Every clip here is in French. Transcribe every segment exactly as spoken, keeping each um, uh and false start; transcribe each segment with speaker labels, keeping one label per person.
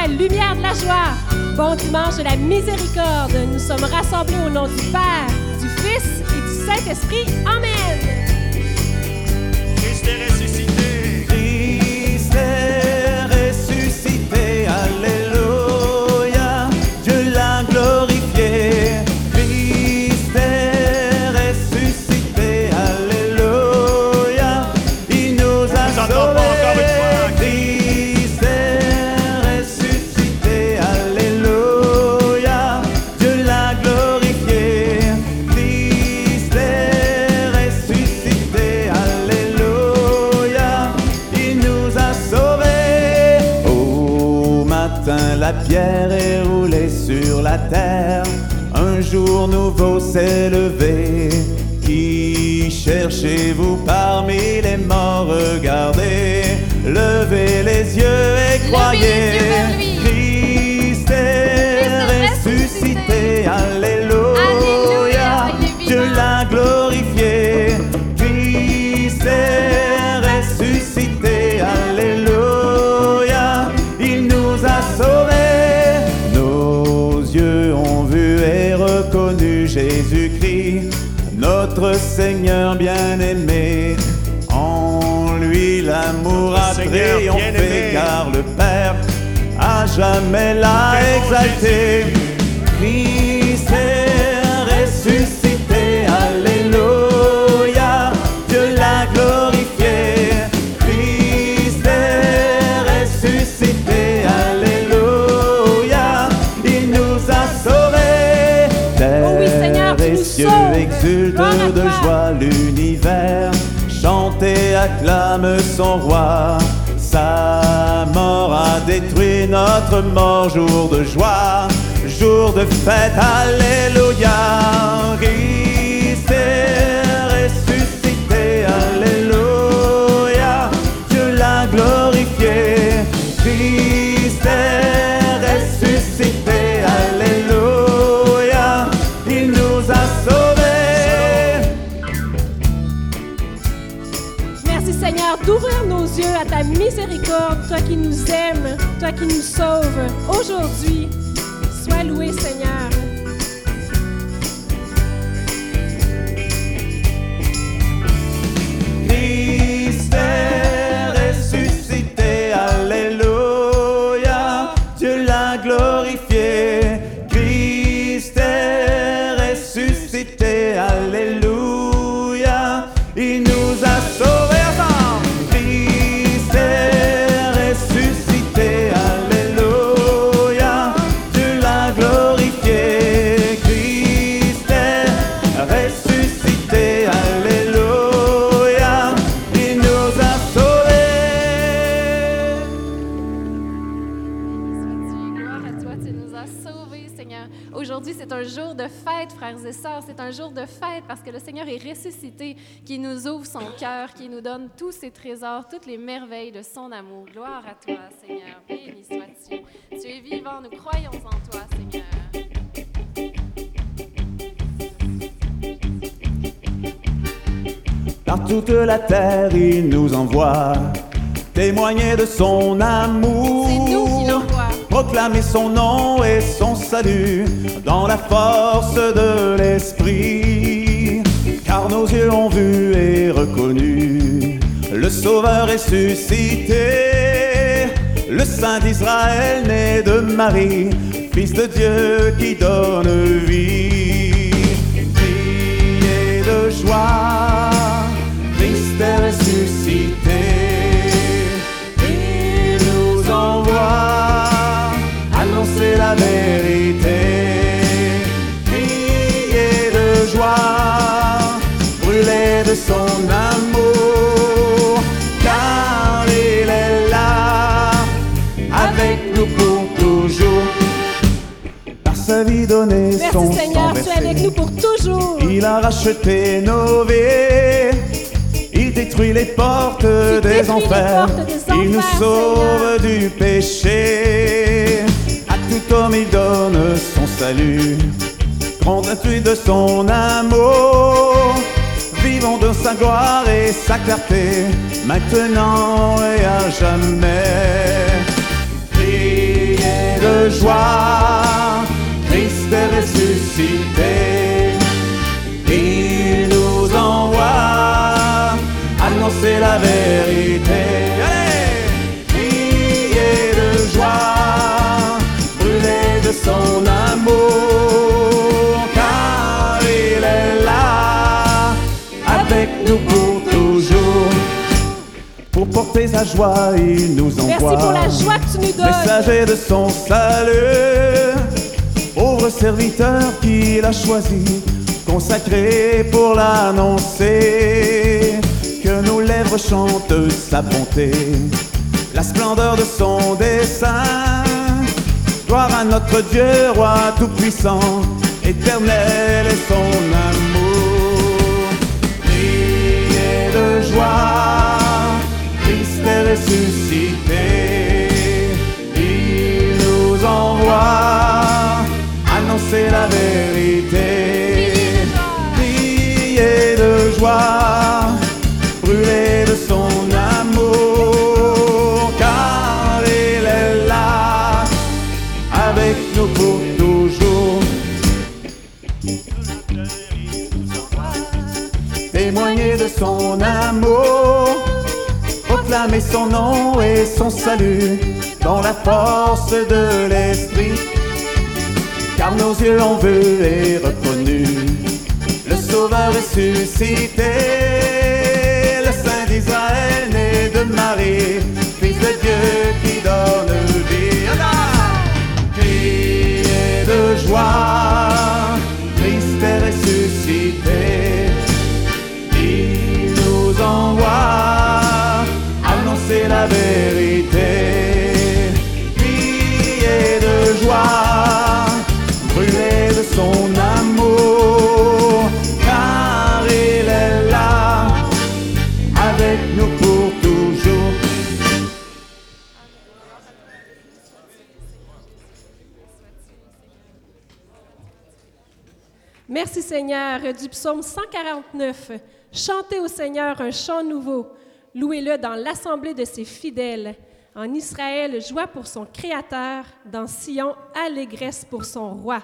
Speaker 1: la lumière de la joie. Bon dimanche de la miséricorde. Nous sommes rassemblés au nom du Père, du Fils et du Saint-Esprit. Amen.
Speaker 2: Christ est ressuscité.
Speaker 3: Christ est ressuscité. Alléluia. Dieu l'a glorifié. Christ est ressuscité. Alléluia. Il nous a sauvés. Christ est ressuscité. Alléluia. Dieu l'a glorifié. Christ est ressuscité. Alléluia. Il nous a sauvés. Au matin, la pierre est roulée sur la terre. Un jour nouveau s'est levé. Qui cherchez-vous parmi les morts? Regardez, levez les yeux et croyez.
Speaker 4: les yeux vers lui.
Speaker 3: Christ est ressuscité. Alléluia.
Speaker 4: Alléluia. Il est
Speaker 3: Dieu
Speaker 4: vivant.
Speaker 3: l'a glorifié. Christ est ressuscité. Alléluia. Il nous a sauvés. Nos yeux ont vu et reconnu Jésus-Christ, notre Seigneur bien-aimé. En lui l'amour a
Speaker 2: Seigneur
Speaker 3: triomphé,
Speaker 2: bien-aimé.
Speaker 3: car le Père à jamais l'a
Speaker 2: Père mon
Speaker 3: exalté. Christ est ressuscité. Alléluia. Dieu l'a glorifié. Christ est ressuscité. Alléluia. Il nous a sauvés. Terre
Speaker 1: Oh oui, Seigneur, tu
Speaker 3: et
Speaker 1: nous
Speaker 3: cieux
Speaker 1: sauves.
Speaker 3: exultent
Speaker 1: Gloire à
Speaker 3: de
Speaker 1: toi.
Speaker 3: joie. L'univers chante et acclame son roi. Sa mort a détruit notre mort. Jour de joie, jour de fête. Alléluia. Christ est ressuscité. Alléluia. Dieu l'a glorifié. Christ est ressuscité. Alléluia. Il nous a sauvés.
Speaker 1: Merci Seigneur d'ouvrir nos yeux à ta miséricorde, toi qui nous aimes, toi qui nous sauves. Aujourd'hui, sois loué Seigneur.
Speaker 3: Christ est ressuscité. Alléluia. Dieu l'a glorifié. Christ est ressuscité. Alléluia. Il nous a sauvés ensemble. Christ est ressuscité. Alléluia. Dieu l'a glorifié. Christ est ressuscité. Alléluia. Il nous a sauvés.
Speaker 4: Sois-tu, gloire à toi, tu nous as sauvés, Seigneur. Aujourd'hui, c'est un jour de fête, frères et sœurs. C'est un jour de fête parce que le Seigneur est ressuscité, qui nous ouvre son cœur, qui nous donne tous ses trésors, toutes les merveilles de son amour. Gloire à toi, Seigneur. Béni sois-tu. Tu es vivant, nous croyons en toi, Seigneur.
Speaker 3: Par toute la terre, il nous envoie témoigner de son amour.
Speaker 4: C'est nous qui l'envoie.
Speaker 3: Proclamer son nom et son salut dans la force de l'esprit. Car nos yeux ont vu et reconnu le Sauveur ressuscité, le Saint d'Israël né de Marie, Fils de Dieu qui donne vie. Criez de joie, Christ est ressuscité. Il nous envoie annoncer la vérité. Criez de joie, brûler de son amour, car il est là, avec nous pour toujours. Par sa vie donnée,
Speaker 1: Merci
Speaker 3: son
Speaker 1: Seigneur,
Speaker 3: sang
Speaker 1: tu es
Speaker 3: versé,
Speaker 1: avec nous pour toujours.
Speaker 3: il a racheté nos vies. Il détruit les portes des
Speaker 1: détruis les
Speaker 3: enfers.
Speaker 1: portes des
Speaker 3: Il nous
Speaker 1: enfers,
Speaker 3: sauve du péché. À tout homme il donne son salut. Convaincu de son amour, vivons de sa gloire et sa clarté, maintenant et à jamais. Priez de joie, Christ est ressuscité. Il nous envoie annoncer la vérité. Allez! Crier de joie, brûler de son amour, car il est là, avec nous pour toujours. Pour porter sa joie, il nous envoie.
Speaker 1: Merci pour la joie que tu nous donnes.
Speaker 3: Messager de son salut, pauvre serviteur qu'il a choisi, consacré pour l'annoncer. Que nos lèvres chantent sa bonté, la splendeur de son dessein. Gloire à notre Dieu, roi tout-puissant, éternel est son amour. Criez de joie, Christ est ressuscité. Il nous envoie annoncer la vérité. Criez de joie, brûler de son amour, car il est là, avec nous pour toujours. Témoigner de son amour, proclamer son nom et son salut, dans la force de l'esprit, car nos yeux ont vu et reconnu le Sauveur ressuscité, le Saint d'Israël né de Marie, Fils de Dieu qui donne vie. Criez de joie, Christ est ressuscité. Il nous envoie annoncer la vérité. Criez de joie, brûler de son amour, car il est là, avec nous pour toujours.
Speaker 1: Merci Seigneur, du psaume cent quarante-neuf. Chantez au Seigneur un chant nouveau. Louez-le dans l'assemblée de ses fidèles. En Israël, joie pour son Créateur. Dans Sion, allégresse pour son roi.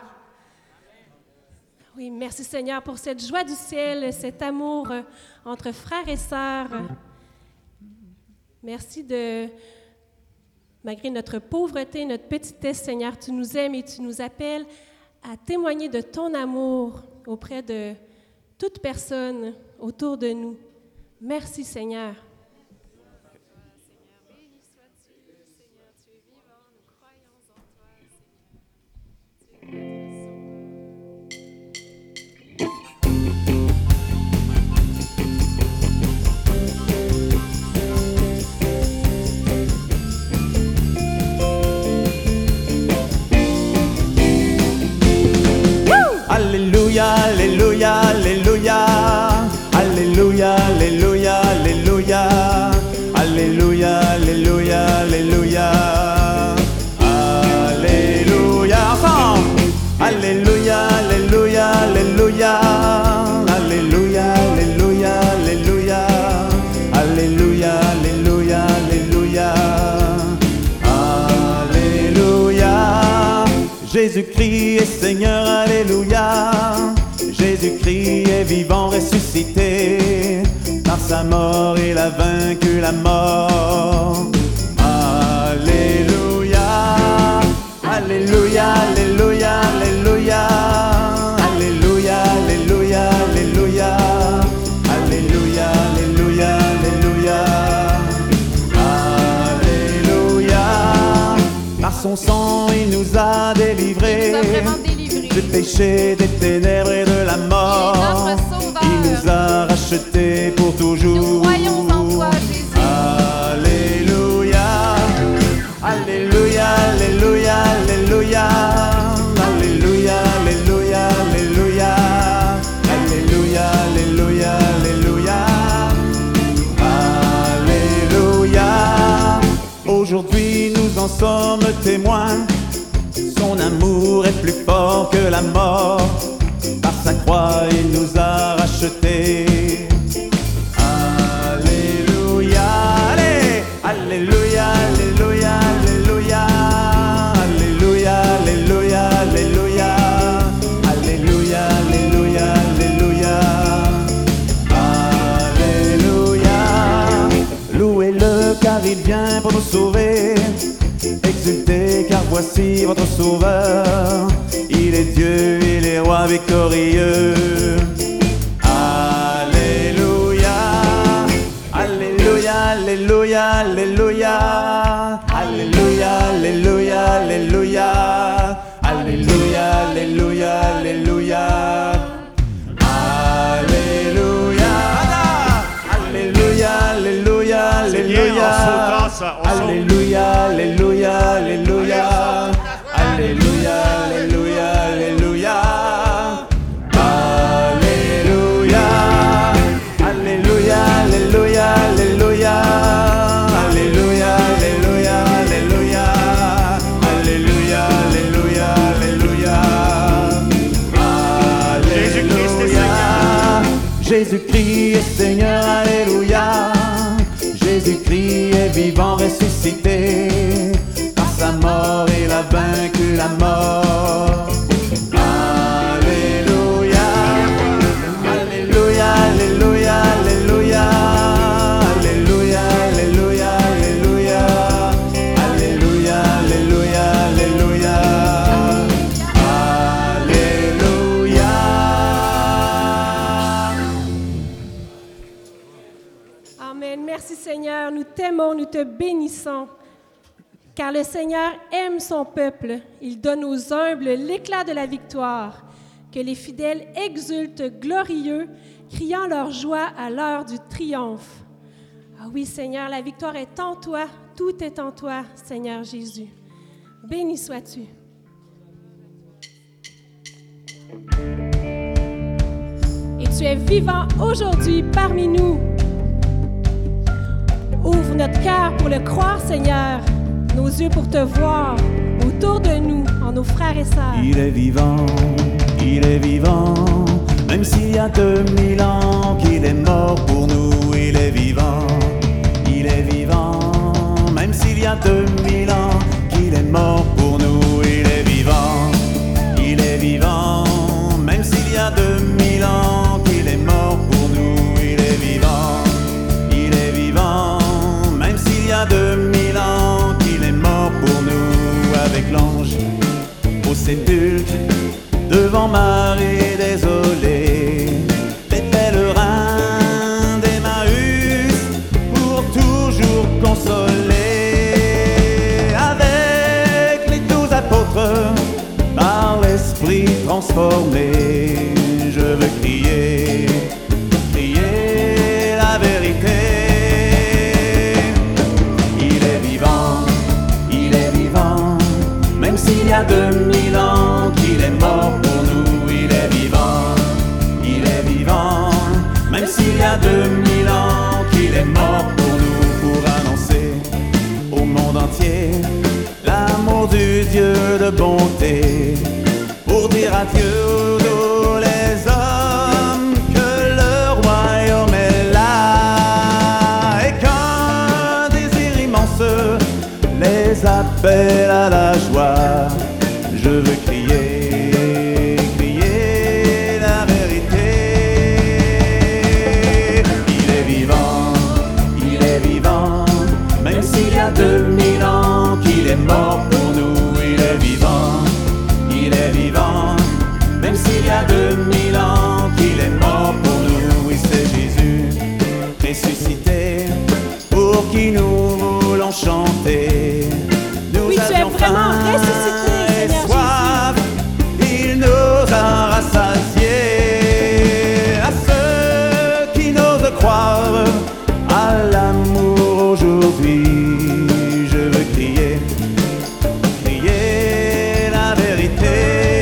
Speaker 1: Oui, merci Seigneur pour cette joie du ciel, cet amour entre frères et sœurs. Merci de, malgré notre pauvreté, notre petitesse, Seigneur, tu nous aimes et tu nous appelles à témoigner de ton amour auprès de toute personne autour de nous. Merci Seigneur.
Speaker 3: Alléluia, alléluia, alléluia, alléluia, alléluia, alléluia, alléluia, alléluia, alléluia, alléluia, ensemble, alléluia, alléluia, alléluia, alléluia, alléluia, alléluia, alléluia, alléluia, alléluia, alléluia. Jésus-Christ est Seigneur, alléluia. Jésus-Christ est vivant, ressuscité. Par sa mort, il a vaincu la mort. Alléluia, alléluia, alléluia, alléluia, alléluia, alléluia, alléluia, alléluia, alléluia, alléluia, alléluia. Par son sang, il nous a délivrés.
Speaker 4: Il nous a vraiment délivrés.
Speaker 3: Du péché, des ténèbres et de la mort.
Speaker 4: Il est notre sauveur.
Speaker 3: Il nous a rachetés pour toujours.
Speaker 4: Nous croyons en toi, Jésus.
Speaker 3: Alléluia, alléluia, alléluia, alléluia, alléluia, alléluia, alléluia, alléluia, alléluia, alléluia, alléluia. Aujourd'hui, nous en sommes témoins. Son amour est plus fort que la mort. Par sa croix, il nous a rachetés. Alléluia, allez, alléluia, alléluia, alléluia, alléluia, il vient pour nous sauver. Exultez, car voici votre sauveur. Il est Dieu, il est roi victorieux. Alléluia, Alléluia, Alléluia, Alléluia. Alléluia, Alléluia, Alléluia. Alléluia, Alléluia, Alléluia. Alléluia, Alléluia, Alléluia, Alléluia, Alléluia, Alléluia, Alléluia, Alléluia, Alléluia, Alléluia, Alléluia, Alléluia, Alléluia, Alléluia, Alléluia, Alléluia, Alléluia, Alléluia, Jésus-Christ est Seigneur, Alléluia. Jésus-Christ est vivant, ressuscité. Par sa mort, il a vaincu la mort. Alléluia, Alléluia, Alléluia, Alléluia. Alléluia, Alléluia, Alléluia. Alléluia, Alléluia, Alléluia. Alléluia.
Speaker 1: Amen. Merci Seigneur, nous t'aimons, nous te bénissons. Car le Seigneur aime son peuple. Il donne aux humbles l'éclat de la victoire. Que les fidèles exultent glorieux, criant leur joie à l'heure du triomphe. Ah oui Seigneur, la victoire est en toi, tout est en toi, Seigneur Jésus. Béni sois-tu. Et tu es vivant aujourd'hui parmi nous. Ouvre notre cœur pour le croire, Seigneur, nos yeux pour te voir, autour de nous, en nos frères et sœurs.
Speaker 3: Il est vivant, il est vivant, même s'il y a deux mille ans qu'il est mort pour nous. Il est vivant, il est vivant, même s'il y a deux mille ans qu'il est mort pour nous. Il est vivant, il est vivant, même s'il y a deux mille ans qu'il est mort pour nous. Il est vivant, il est vivant, même s'il y a deux mille ans qu'il est mort pour nous. Avec l'ange au sépulcre, devant Marie désolée, les pèlerins d'Emmaüs pour toujours consoler. Avec les douze apôtres, par l'esprit transformé, je veux crier, crier la vérité. Il est vivant, il est vivant, même s'il y a deux mille ans qu'il est mort pour nous. Il est vivant, il est vivant, même s'il y a deux mille ans qu'il est mort pour nous. Pour annoncer au monde entier l'amour du Dieu de bonté, pour dire adieu aux les hommes que le royaume est là, et qu'un désir immense les appelle à la joie. Je veux crier, crier la vérité. Il est vivant, il est vivant, même s'il y a deux mille ans qu'il est mort pour nous. Il est vivant, il est vivant, même s'il y a deux mille ans qu'il est mort pour nous. Oui, c'est Jésus ressuscité, pour qui nous voulons chanter. Nous
Speaker 1: Oui, tu es vraiment ressuscité, Seigneur
Speaker 3: soif, il nous a rassasiés. À ceux qui n'osent croire à l'amour aujourd'hui, je veux crier, crier la vérité.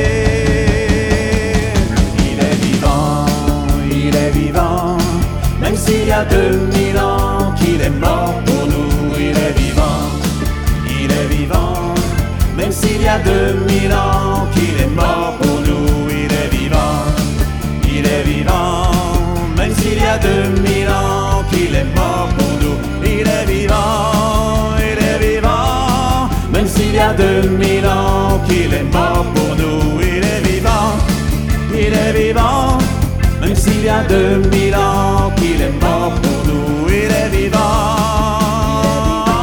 Speaker 3: Il est vivant, il est vivant, même s'il y a deux mille ans qu'il est mort pour nous. Il est vivant, il est vivant, même s'il y a deux mille ans qu'il est mort pour nous. Il est vivant, il est vivant, même s'il y a deux mille ans qu'il est mort pour nous. Il est vivant, il est vivant, même s'il y a deux mille ans qu'il est mort pour nous. Il est vivant, il est vivant, même s'il y a deux mille ans qu'il est mort pour nous. Il est vivant.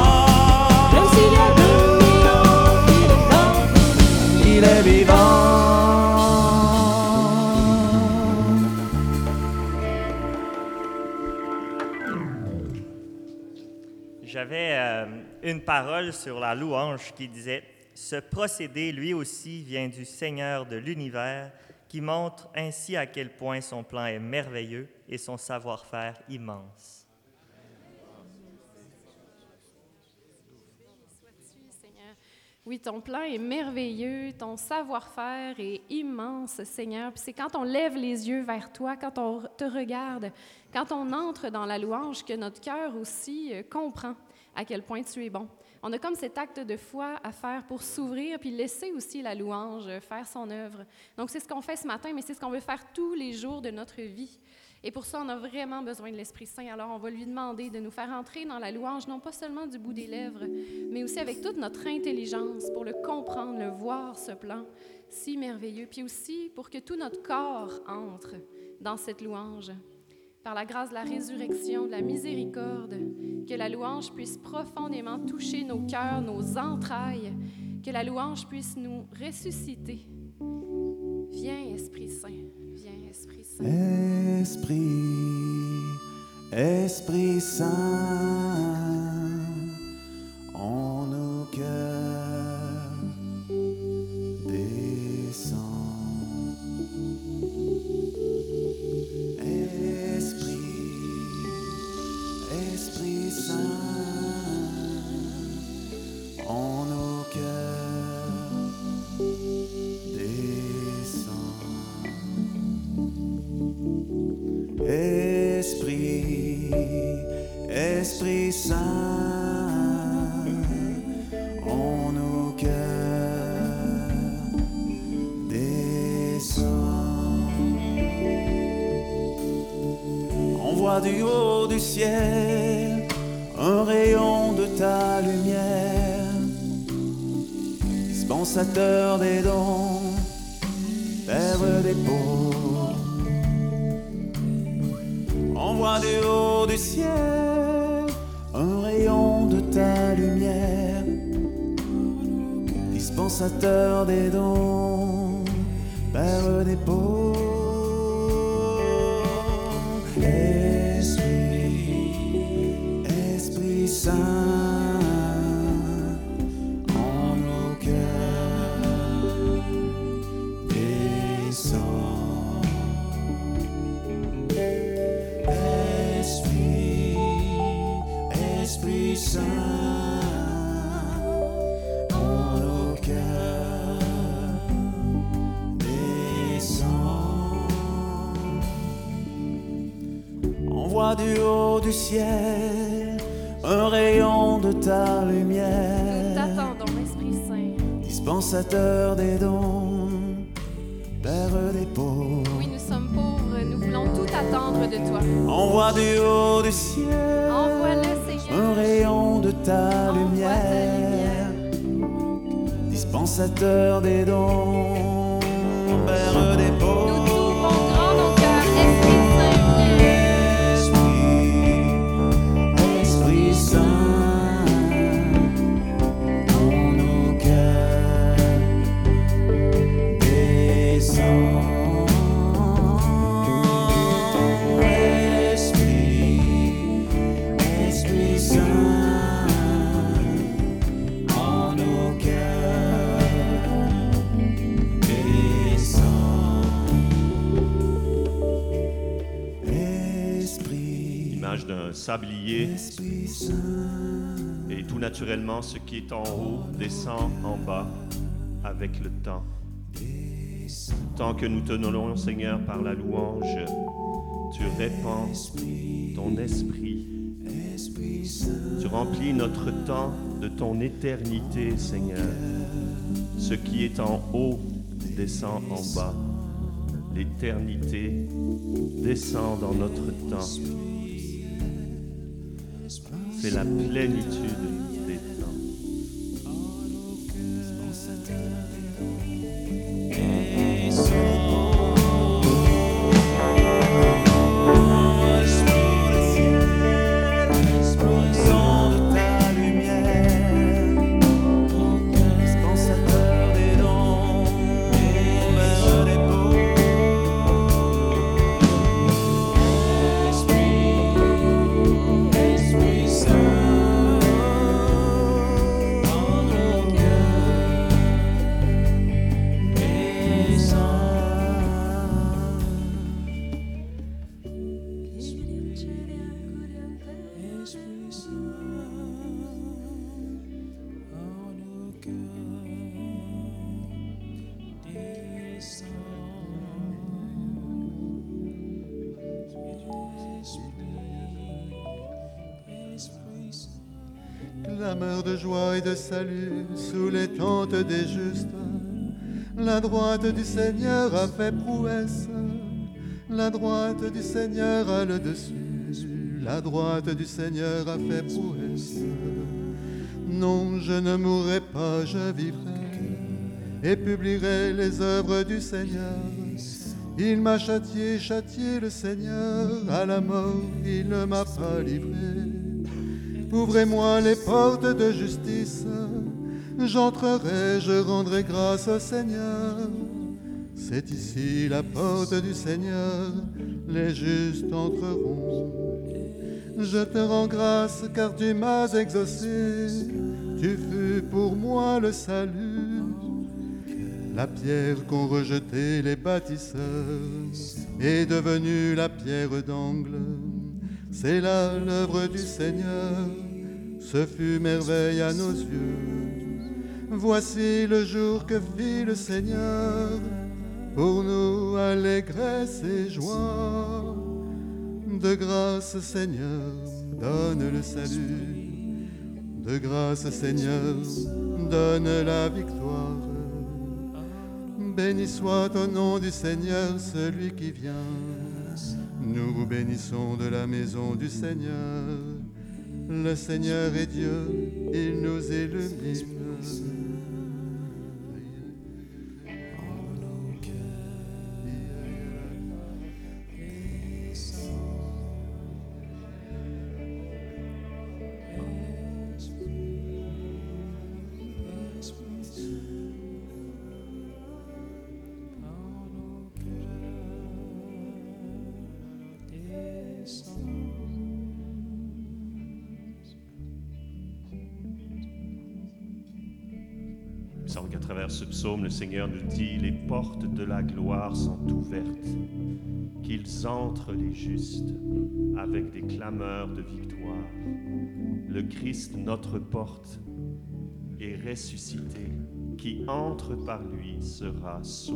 Speaker 5: J'avais euh, une parole sur la louange qui disait « Ce procédé, lui aussi, vient du Seigneur de l'univers, qui montre ainsi à quel point son plan est merveilleux et son savoir-faire immense. »
Speaker 4: Oui, ton plan est merveilleux, ton savoir-faire est immense, Seigneur. Puis c'est quand on lève les yeux vers toi, quand on te regarde, quand on entre dans la louange, que notre cœur aussi euh, comprend à quel point tu es bon. On a comme cet acte de foi à faire pour s'ouvrir puis laisser aussi la louange faire son œuvre. Donc c'est ce qu'on fait ce matin, mais c'est ce qu'on veut faire tous les jours de notre vie. Et pour ça, on a vraiment besoin de l'Esprit Saint. Alors, on va lui demander de nous faire entrer dans la louange, non pas seulement du bout des lèvres, mais aussi avec toute notre intelligence pour le comprendre, le voir, ce plan si merveilleux. Puis aussi pour que tout notre corps entre dans cette louange. Par la grâce de la résurrection, de la miséricorde, que la louange puisse profondément toucher nos cœurs, nos entrailles, que la louange puisse nous ressusciter. Viens, Esprit Saint. Esprit Saint.
Speaker 3: Esprit, Esprit Saint, en nos cœurs, descend. Esprit, Esprit Saint, en nos cœurs, descend. Esprit, Esprit Saint, en nos cœurs, descend. Envoie du haut du ciel un rayon de ta lumière, dispensateur des dons, Père des pauvres. Envoie du haut du ciel un rayon de ta lumière, dispensateur des dons, Père des pauvres. Esprit, Esprit Saint, en nos cœurs, descend. Esprit Saint, en nos cœurs, descend. Envoie du haut du ciel un rayon de ta lumière.
Speaker 4: Nous t'attendons, Esprit Saint.
Speaker 3: Dispensateur des dons, Père des pauvres.
Speaker 4: Oui, nous sommes pauvres, nous voulons tout attendre de toi.
Speaker 3: Envoie du haut du ciel.
Speaker 4: Envoie-le, Seigneur.
Speaker 3: Un rayon de ta
Speaker 4: Envoie
Speaker 3: lumière,
Speaker 4: ta lumière.
Speaker 3: Dispensateur des dons, Père des pauvres.
Speaker 4: Nous t'ouvrons grand nos cœurs, Esprit Saint,
Speaker 3: Esprit, Esprit Saint, en nos cœurs, descend.
Speaker 2: D'un sablier, et tout naturellement ce qui est en haut descend en bas avec le temps. Tant que nous t'honorons, Seigneur, par la louange, tu répands ton esprit. Tu remplis notre temps de ton éternité, Seigneur. Ce qui est en haut descend en bas. L'éternité descend dans notre temps. C'est la plénitude des temps.
Speaker 3: Esprit
Speaker 6: Clameur de joie et de salut sous les tentes des justes. La droite du Seigneur a fait prouesse. La droite du Seigneur a le dessus. La droite du Seigneur a fait prouesse. Non, je ne mourrai pas, je vivrai et publierai les œuvres du Seigneur. Il m'a châtié, châtié le Seigneur. À la mort, il ne m'a pas livré. Ouvrez-moi les portes de justice, j'entrerai, je rendrai grâce au Seigneur. C'est ici la porte du Seigneur, les justes entreront. Je te rends grâce car tu m'as exaucé, tu fus pour moi le salut. La pierre qu'ont rejetée les bâtisseurs est devenue la pierre d'angle. C'est là l'œuvre du Seigneur, ce fut merveille à nos yeux. Voici le jour que fit le Seigneur, pour nous allégresse et joie. De grâce, Seigneur, donne le salut. De grâce, Seigneur, donne la victoire. Béni soit au nom du Seigneur, celui qui vient. Nous vous bénissons de la maison du Seigneur. Le Seigneur est Dieu, il nous illumine.
Speaker 2: Il semble qu'à travers ce psaume, le Seigneur nous dit « Les portes de la gloire sont ouvertes, qu'ils entrent les justes avec des clameurs de victoire. Le Christ, notre porte, est ressuscité. Qui entre par lui sera sauvé. »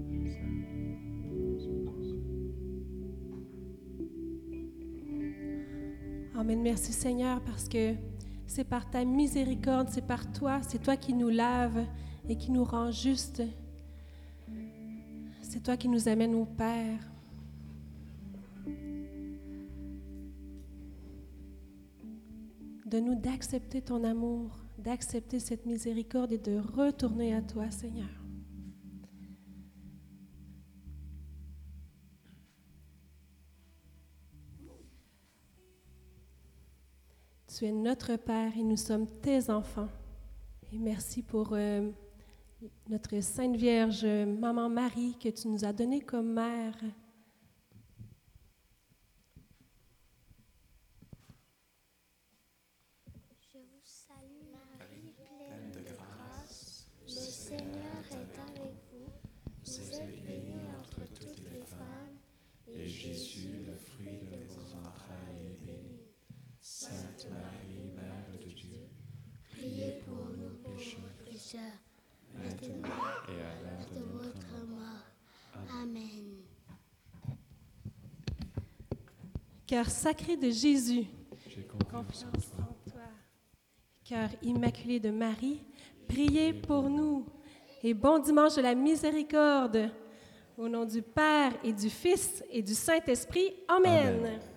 Speaker 1: Amen. Merci Seigneur parce que c'est par ta miséricorde, c'est par toi, c'est toi qui nous laves et qui nous rend justes. C'est toi qui nous amène au Père. Donne-nous d'accepter ton amour, d'accepter cette miséricorde et de retourner à toi, Seigneur. Tu es notre Père et nous sommes tes enfants. Et merci pour euh, notre Sainte Vierge, Maman Marie, que tu nous as donnée comme mère.
Speaker 7: Je vous salue Marie, pleine de grâce. Le Seigneur est avec vous. Vous êtes bénie entre toutes les femmes, et Jésus, le fruit de vos entrailles, est béni. Sainte Marie, Mère de Dieu, priez pour nous pécheurs, maintenant et à l'heure de votre mort. Amen.
Speaker 1: Cœur sacré de Jésus,
Speaker 6: J'ai
Speaker 1: confiance en toi. Cœur immaculé de Marie, priez pour nous. Et bon dimanche de la miséricorde. Au nom du Père et du Fils et du Saint-Esprit. Amen. Amen.